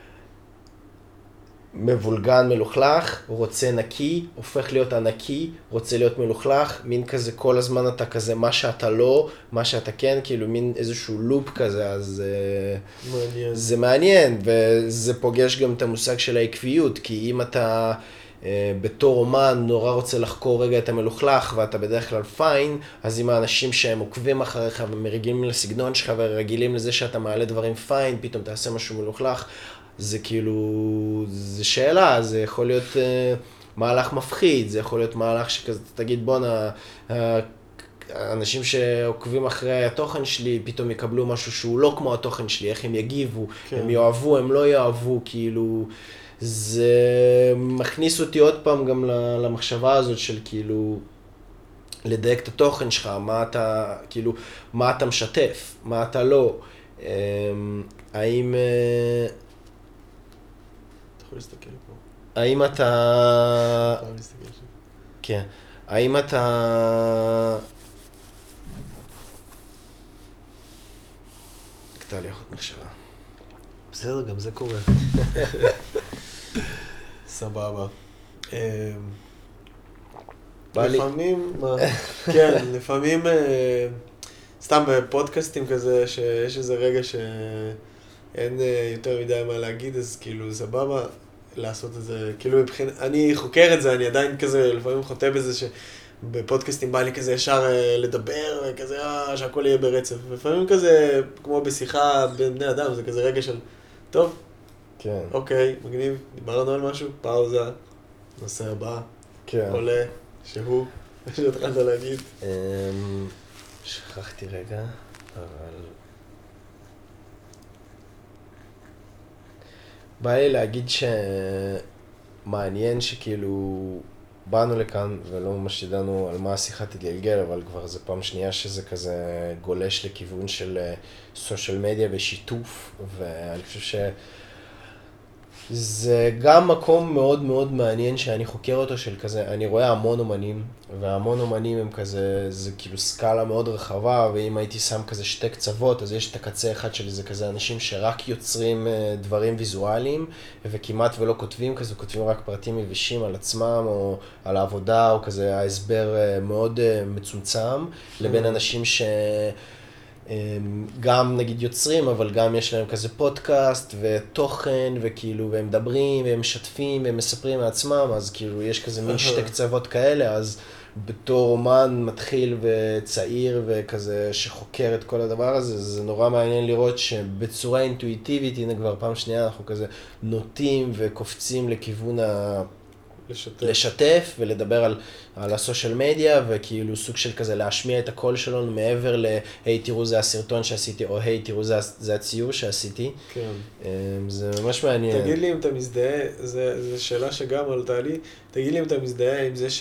מבולגן, מלוכלך, רוצה נקי, הופך להיות הנקי, רוצה להיות מלוכלך, מין כזה כל הזמן אתה כזה מה שאתה לא, מה שאתה כן, כאילו מין איזשהו לופ כזה, אז מעניין. זה מעניין, וזה פוגש גם את המושג של העקביות, כי אם אתה בתור אומן נורא רוצה לחקור רגע את המלוכלך ואתה בדרך כלל פיין, אז אם האנשים שהם עוקבים אחריך ומרגילים לסגנון שלך ורגילים לזה שאתה מעלה דברים פיין, פתאום תעשה משהו מלוכלך, זה כאילו, זה שאלה, זה יכול להיות uh, מהלך מפחיד, זה יכול להיות מהלך שכזה, תגיד בונה, uh, אנשים שעוקבים אחרי התוכן שלי פתאום יקבלו משהו שהוא לא כמו התוכן שלי, איך הם יגיבו, כן. הם יאהבו, הם לא יאהבו, כאילו... זה מכניס אותי עוד פעם גם למחשבה הזאת של כאילו לדייק את התוכן שלך, מה אתה, כאילו, מה אתה משתף, מה אתה לא, האם... אתה יכול להסתכל פה. האם אתה... אתה יכול להסתכל שם. כן. האם אתה... קטע לי אחות מחשבה. בסדר, גם זה קורה. סבבה. לפעמים, כן, לפעמים, סתם בפודקאסטים כזה, שיש איזה רגע שאין יותר מדי מה להגיד, אז כאילו סבבה לעשות את זה, כאילו מבחינת, אני חוקר את זה, אני עדיין כזה, לפעמים חוטא בזה שבפודקאסטים בא לי כזה ישר לדבר, וכזה, שהכל יהיה ברצף. לפעמים כזה, כמו בשיחה בין בני אדם, זה כזה רגע של, טוב, כן. אוקיי, מגניב, דיברנו על משהו, פאוזה, נושא הבא, כן. עולה, שהוא, מה שהתחלת להגיד. אמ, שכחתי רגע, אבל... בא לי להגיד שמעניין שכאילו באנו לכאן ולא ממש ידענו על מה השיחה תתגלגל, אבל כבר זה פעם שנייה שזה כזה גולש לכיוון של סושיאל מדיה ושיתוף, ואני חושב ש... זה גם מקום מאוד מאוד מעניין שאני חוקר אותו של כזה, אני רואה המון אומנים, והמון אומנים הם כזה, זה כאילו סקאלה מאוד רחבה, ואם הייתי שם כזה שתי קצוות, אז יש את הקצה אחד של זה כזה אנשים שרק יוצרים דברים ויזואליים, וכמעט ולא כותבים כזה, כותבים רק פרטים יבשים על עצמם, או על העבודה, או כזה ההסבר מאוד מצומצם, לבין אנשים ש... גם נגיד יוצרים, אבל גם יש להם כזה פודקאסט ותוכן, וכאילו, והם מדברים, והם משתפים, והם מספרים מעצמם, אז כאילו יש כזה מין שתי קצוות כאלה, אז בתור אומן מתחיל וצעיר וכזה שחוקר את כל הדבר הזה, זה נורא מעניין לראות שבצורה אינטואיטיבית, הנה כבר פעם שנייה אנחנו כזה נוטים וקופצים לכיוון ה... לשתף. לשתף ולדבר על, על הסושיאל מדיה, וכאילו סוג של כזה להשמיע את הקול שלנו מעבר ל, היי תראו זה הסרטון שעשיתי, או היי תראו זה, זה הציור שעשיתי. כן. זה ממש מעניין. תגיד לי אם אתה מזדהה, זו שאלה שגם עלתה לי, תגיד לי אם אתה מזדהה עם זה ש...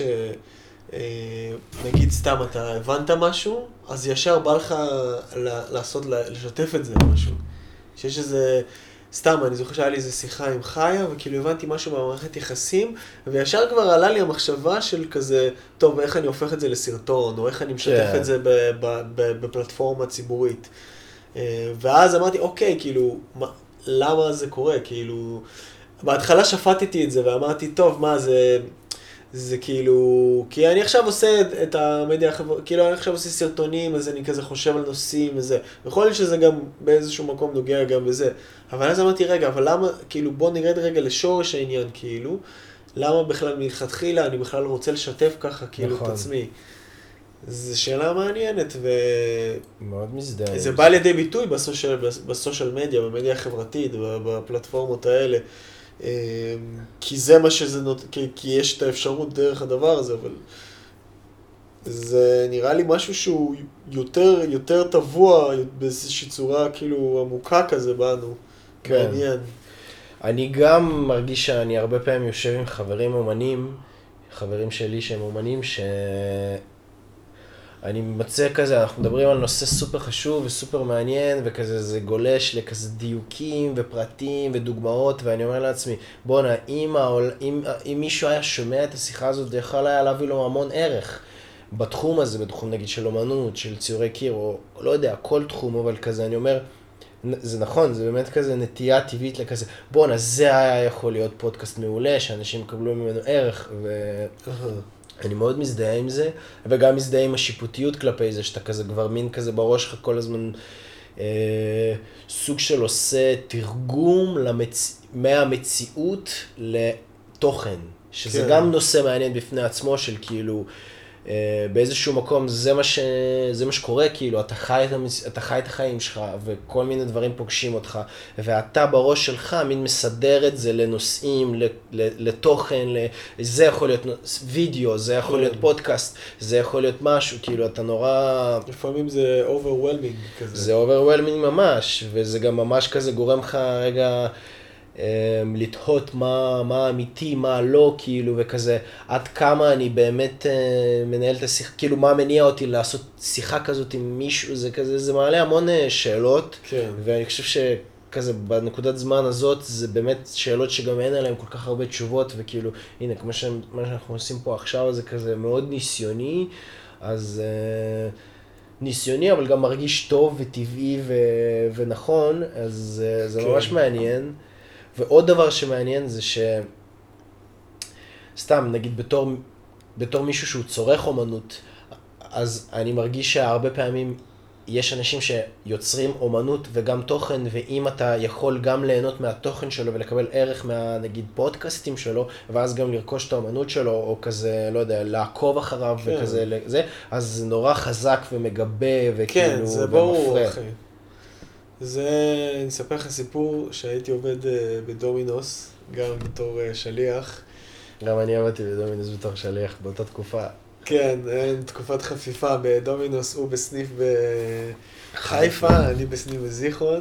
נגיד סתם אתה הבנת משהו, אז ישר בא לך לעשות, לשתף את זה משהו. שיש איזה... סתם, אני זוכר שהיה לי איזו שיחה עם חיה, וכאילו הבנתי משהו במערכת יחסים, וישר כבר עלה לי המחשבה של כזה, טוב, איך אני הופך את זה לסרטון, או איך אני משתף את זה בפלטפורמה ציבורית. ואז אמרתי, אוקיי, כאילו, למה זה קורה? כאילו, בהתחלה שפטתי את זה, ואמרתי, טוב, מה, זה... זה כאילו, כי אני עכשיו עושה את המדיה החברתית, כאילו אני עכשיו עושה סרטונים, אז אני כזה חושב על נושאים וזה, יכול להיות שזה גם באיזשהו מקום נוגע גם בזה, אבל אז אמרתי, רגע, אבל למה, כאילו בוא נרד רגע לשורש העניין, כאילו, למה בכלל מלכתחילה אני בכלל רוצה לשתף ככה, כאילו, נכון. את עצמי. זו שאלה מעניינת, ו... מאוד מזדהה. זה בא לידי ביטוי בסושיאל, בסושיאל מדיה, במדיה החברתית, בפלטפורמות האלה. כי זה מה שזה נות... כי, כי יש את האפשרות דרך הדבר הזה, אבל זה נראה לי משהו שהוא יותר, יותר טבוע באיזושהי צורה כאילו עמוקה כזה בנו. כן. מעניין. אני גם מרגיש שאני הרבה פעמים יושב עם חברים אומנים, חברים שלי שהם אומנים, ש... אני מצא כזה, אנחנו מדברים על נושא סופר חשוב וסופר מעניין, וכזה זה גולש לכזה דיוקים ופרטים ודוגמאות, ואני אומר לעצמי, בוא'נה, אם, העול, אם, אם מישהו היה שומע את השיחה הזאת, זה יכול היה להביא לו המון ערך בתחום הזה, בתחום נגיד של אומנות, של ציורי קיר, או לא יודע, כל תחום, אבל כזה, אני אומר, זה נכון, זה באמת כזה נטייה טבעית לכזה, בוא'נה, זה היה יכול להיות פודקאסט מעולה, שאנשים יקבלו ממנו ערך, ו... אני מאוד מזדהה עם זה, וגם מזדהה עם השיפוטיות כלפי זה, שאתה כזה כבר מין כזה בראש לך כל הזמן אה, סוג של עושה תרגום למצ... מהמציאות לתוכן, שזה כן. גם נושא מעניין בפני עצמו של כאילו, אה, באיזשהו מקום זה מה, ש... זה מה שקורה, כאילו אתה חי, את המצ... אתה חי את החיים שלך וכל מיני דברים פוגשים אותך, ואתה בראש שלך מין מסדר את זה לנושאים, לתוכן, זה יכול להיות וידאו, זה יכול להיות פודקאסט, זה יכול להיות משהו, כאילו אתה נורא... לפעמים זה overwhelming כזה. זה overwhelming ממש, וזה גם ממש כזה גורם לך רגע לתהות מה, מה אמיתי, מה לא, כאילו, וכזה, עד כמה אני באמת מנהל את השיחה, כאילו מה מניע אותי לעשות שיחה כזאת עם מישהו, זה כזה, זה מעלה המון שאלות, כן. ואני חושב ש... כזה בנקודת זמן הזאת, זה באמת שאלות שגם אין עליהן כל כך הרבה תשובות, וכאילו, הנה, כמו ש... מה שאנחנו עושים פה עכשיו, זה כזה מאוד ניסיוני, אז אה, ניסיוני, אבל גם מרגיש טוב וטבעי ו... ונכון, אז אה, זה כן. ממש מעניין. ועוד דבר שמעניין זה ש... סתם, נגיד, בתור, בתור מישהו שהוא צורך אומנות, אז אני מרגיש שהרבה פעמים יש אנשים שיוצרים אומנות וגם תוכן, ואם אתה יכול גם ליהנות מהתוכן שלו ולקבל ערך מה, נגיד, פודקאסטים שלו, ואז גם לרכוש את האומנות שלו, או כזה, לא יודע, לעקוב אחריו כן. וכזה, זה, אז זה נורא חזק ומגבה וכאילו, כן, זה ברור, אחי. זה, אני אספר לך סיפור שהייתי עובד בדומינוס, גם בתור שליח. גם אני עבדתי בדומינוס בתור שליח באותה תקופה. כן, תקופת חפיפה בדומינוס, הוא בסניף בחיפה, אני בסניף בזיכרון.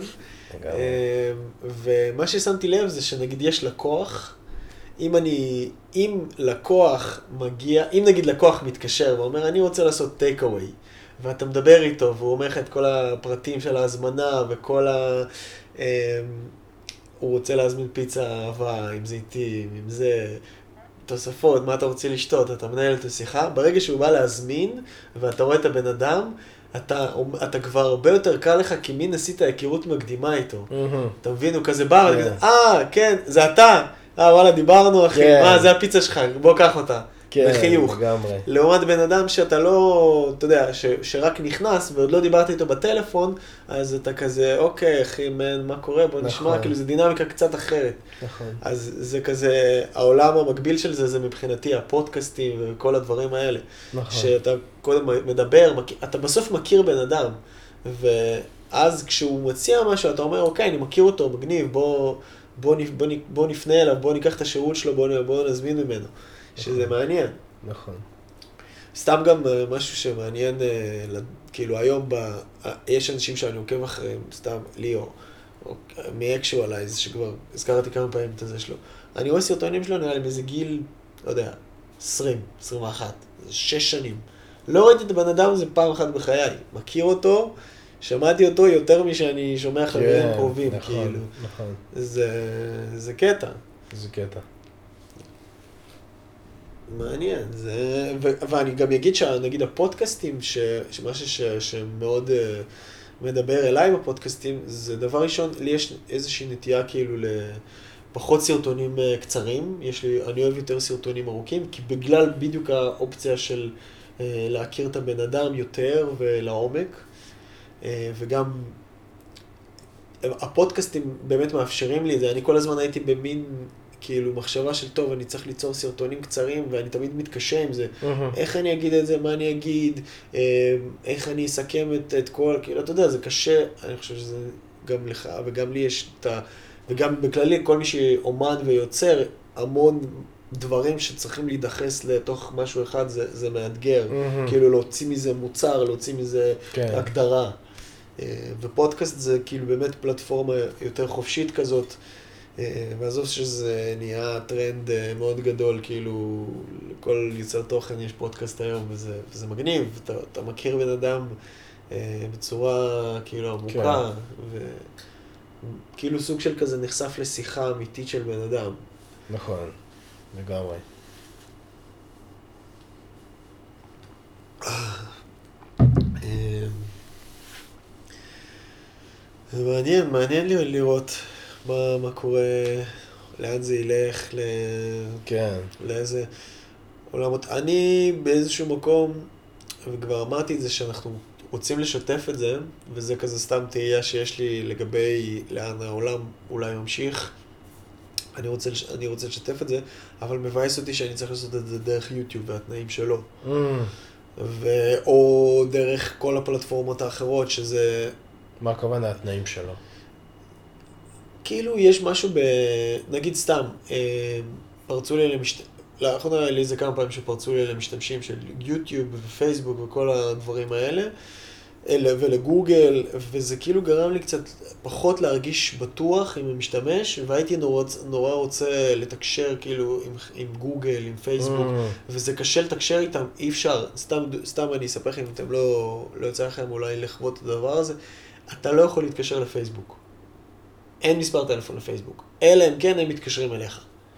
ומה ששמתי לב זה שנגיד יש לקוח, אם אני, אם לקוח מגיע, אם נגיד לקוח מתקשר ואומר, אני רוצה לעשות טייק אווי, ואתה מדבר איתו, והוא אומר לך את כל הפרטים של ההזמנה, וכל ה... הוא רוצה להזמין פיצה אהבה, עם זיתים, עם זה, תוספות, מה אתה רוצה לשתות, אתה מנהל את השיחה. ברגע שהוא בא להזמין, ואתה רואה את הבן אדם, אתה, אתה כבר הרבה יותר קל לך, כי מין עשית היכרות מקדימה איתו. אתה מבין, הוא כזה בא, אה, כן, זה אתה. אה, וואלה, דיברנו, אחי, מה, זה הפיצה שלך, בוא קח אותה. בחיוך. לעומת בן אדם שאתה לא, אתה יודע, שרק נכנס ועוד לא דיברת איתו בטלפון, אז אתה כזה, אוקיי, אחי, מה קורה, בוא נשמע, כאילו זה דינמיקה קצת אחרת. אז זה כזה, העולם המקביל של זה, זה מבחינתי הפודקאסטים וכל הדברים האלה. שאתה קודם מדבר, אתה בסוף מכיר בן אדם, ואז כשהוא מציע משהו, אתה אומר, אוקיי, אני מכיר אותו, מגניב, בוא, בוא, בוא, בוא נפנה אליו, בוא ניקח את השירות שלו, בוא, בוא נזמין ממנו. שזה מעניין. נכון. סתם גם משהו שמעניין, כאילו היום ב... יש אנשים שאני עוקב אחריהם, סתם ליאו, או מ-Actualize, שכבר הזכרתי כמה פעמים את זה שלו. אני רואה סרטונים שלו, נראה לי באיזה גיל, לא יודע, עשרים, עשרים ואחת, שש שנים. לא ראיתי את הבן אדם הזה פעם אחת בחיי. מכיר אותו, שמעתי אותו יותר משאני שומע חברים קרובים, כאילו. נכון. זה קטע. זה קטע. מעניין, זה... ו... ואני גם אגיד שנגיד הפודקאסטים, ש... שמשהו ש... שמאוד uh, מדבר אליי בפודקאסטים, זה דבר ראשון, לי יש איזושהי נטייה כאילו לפחות סרטונים uh, קצרים, יש לי, אני אוהב יותר סרטונים ארוכים, כי בגלל בדיוק האופציה של uh, להכיר את הבן אדם יותר ולעומק, uh, וגם הפודקאסטים באמת מאפשרים לי את זה, אני כל הזמן הייתי במין... כאילו, מחשבה של טוב, אני צריך ליצור סרטונים קצרים, ואני תמיד מתקשה עם זה. Mm-hmm. איך אני אגיד את זה, מה אני אגיד, איך אני אסכם את, את כל, כאילו, אתה יודע, זה קשה, אני חושב שזה גם לך, וגם לי יש את ה... וגם בכללי, כל מי שאומן ויוצר, המון דברים שצריכים להידחס לתוך משהו אחד, זה, זה מאתגר. Mm-hmm. כאילו, להוציא מזה מוצר, להוציא מזה כן. הגדרה. ופודקאסט זה כאילו באמת פלטפורמה יותר חופשית כזאת, ועזוב שזה נהיה טרנד מאוד גדול, כאילו, לכל יוצר תוכן יש פודקאסט היום, וזה, וזה מגניב, אתה, אתה מכיר בן אדם בצורה כאילו עמוקה, כן. וכאילו סוג של כזה נחשף לשיחה אמיתית של בן אדם. נכון, לגמרי. זה מעניין, מעניין לי לראות מה, מה קורה, לאן זה ילך, ל... כן. לאיזה עולמות. אני באיזשהו מקום, וכבר אמרתי את זה שאנחנו רוצים לשתף את זה, וזה כזה סתם תהייה שיש לי לגבי לאן העולם אולי ממשיך. אני רוצה, אני רוצה לשתף את זה, אבל מבאס אותי שאני צריך לעשות את זה דרך יוטיוב והתנאים שלו. Mm. ו... או דרך כל הפלטפורמות האחרות, שזה... מה הכוונה התנאים שלו? כאילו יש משהו ב... נגיד סתם, פרצו לי למשת... לאחרונה היה לי זה כמה פעמים שפרצו לי למשתמשים של יוטיוב ופייסבוק וכל הדברים האלה, ולגוגל, וזה כאילו גרם לי קצת פחות להרגיש בטוח עם המשתמש, והייתי נורא, נורא רוצה לתקשר כאילו עם, עם גוגל, עם פייסבוק, mm. וזה קשה לתקשר איתם, אי אפשר, סתם, סתם אני אספר לכם, אם אתם לא, לא יוצא לכם אולי לחוות את הדבר הזה, אתה לא יכול להתקשר לפייסבוק. אין מספר טלפון לפייסבוק, אלא אם כן הם מתקשרים אליך.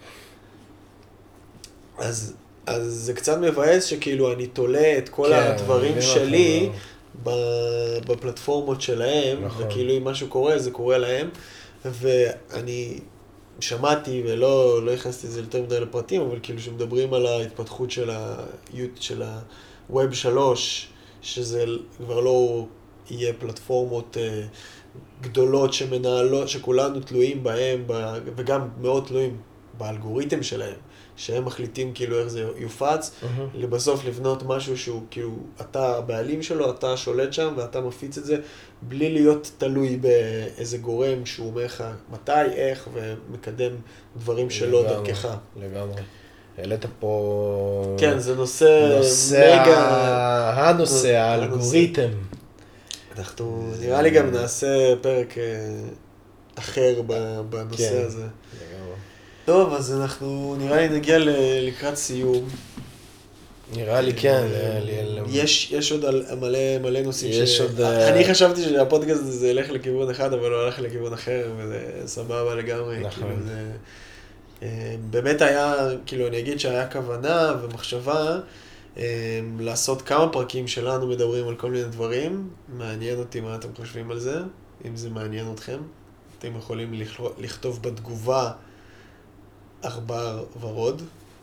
אז, אז זה קצת מבאס שכאילו אני תולה את כל כן, הדברים שלי בפלטפורמות שלהם, נכון. וכאילו אם משהו קורה, זה קורה להם, ואני שמעתי ולא לא הכנסתי את זה יותר מדי לפרטים, אבל כאילו שמדברים על ההתפתחות של ה של ה-Web שלוש, שזה כבר לא יהיה פלטפורמות גדולות שמנהלות, שכולנו תלויים בהם, וגם מאוד תלויים באלגוריתם שלהם, שהם מחליטים כאילו איך זה יופץ, Mm-hmm. לבסוף לבנות משהו שהוא כאילו, אתה הבעלים שלו, אתה שולט שם ואתה מפיץ את זה, בלי להיות תלוי באיזה גורם שהוא אומר לך מתי, איך, ומקדם דברים שלא לגמרי, דרכך. לגמרי. העלית פה... כן, זה נושא, נושא מגה... ה- הנושא, האלגוריתם. אנחנו זה- נראה לי גם נעשה פרק אה, אחר ב- בנושא כן. הזה. לגמרי. טוב, אז אנחנו נראה לי נגיע ל- לקראת סיום. נראה לי כן. אה, ל- ל- יש, יש עוד על- מלא, מלא נושאים יש ש... עוד, אה, אני חשבתי שהפודקאסט הזה ילך לכיוון אחד, אבל הוא הלך לכיוון אחר, וזה סבבה לגמרי. נכון. כאילו זה... אה, באמת היה, כאילו אני אגיד שהיה כוונה ומחשבה אה, לעשות כמה פרקים שלנו מדברים על כל מיני דברים. מעניין אותי מה אתם חושבים על זה, אם זה מעניין אתכם. אתם יכולים לכ- לכתוב בתגובה עכבר ורוד.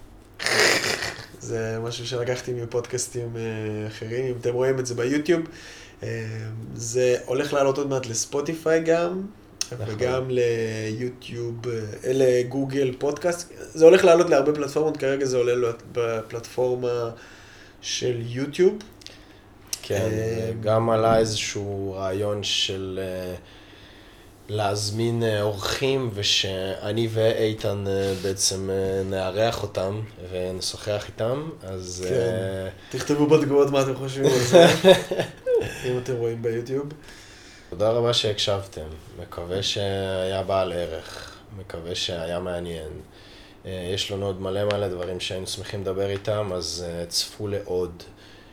זה משהו שלקחתי מפודקאסטים אה, אחרים, אם אתם רואים את זה ביוטיוב. אה, זה הולך לעלות עוד מעט לספוטיפיי גם, נכון. וגם ליוטיוב, אה, לגוגל פודקאסט. זה הולך לעלות להרבה פלטפורמות, כרגע זה עולה בפלטפורמה של יוטיוב. כן, אה, גם עלה איזשהו רעיון של אה, להזמין אה, אורחים, ושאני ואיתן אה, בעצם אה, נארח אותם ונשוחח איתם, אז... כן. אה, תכתבו בתגובות מה אתם חושבים על זה, אם אתם רואים ביוטיוב. תודה רבה שהקשבתם, מקווה שהיה בעל ערך, מקווה שהיה מעניין. אה, יש לנו עוד מלא מלא דברים שהיינו שמחים לדבר איתם, אז אה, צפו לעוד.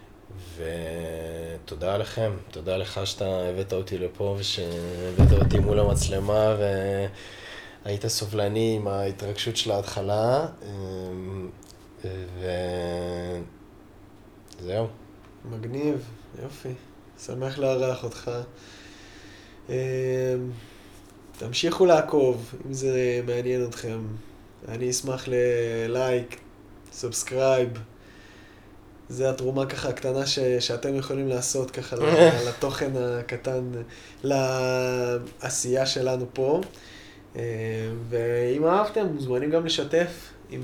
ותודה לכם, תודה לך שאתה הבאת אותי לפה ושהבאת אותי מול המצלמה והיית סובלני עם ההתרגשות של ההתחלה וזהו. מגניב, יופי, שמח לארח אותך. תמשיכו לעקוב אם זה מעניין אתכם. אני אשמח ללייק, סובסקרייב. זה התרומה ככה הקטנה ש, שאתם יכולים לעשות ככה לתוכן הקטן, לעשייה שלנו פה. ואם אהבתם, מוזמנים גם לשתף עם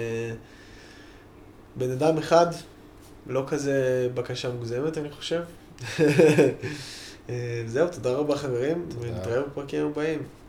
בן אדם אחד, לא כזה בקשה מוגזמת אני חושב. זהו, תודה רבה חברים, ונתראה בפרקים הבאים.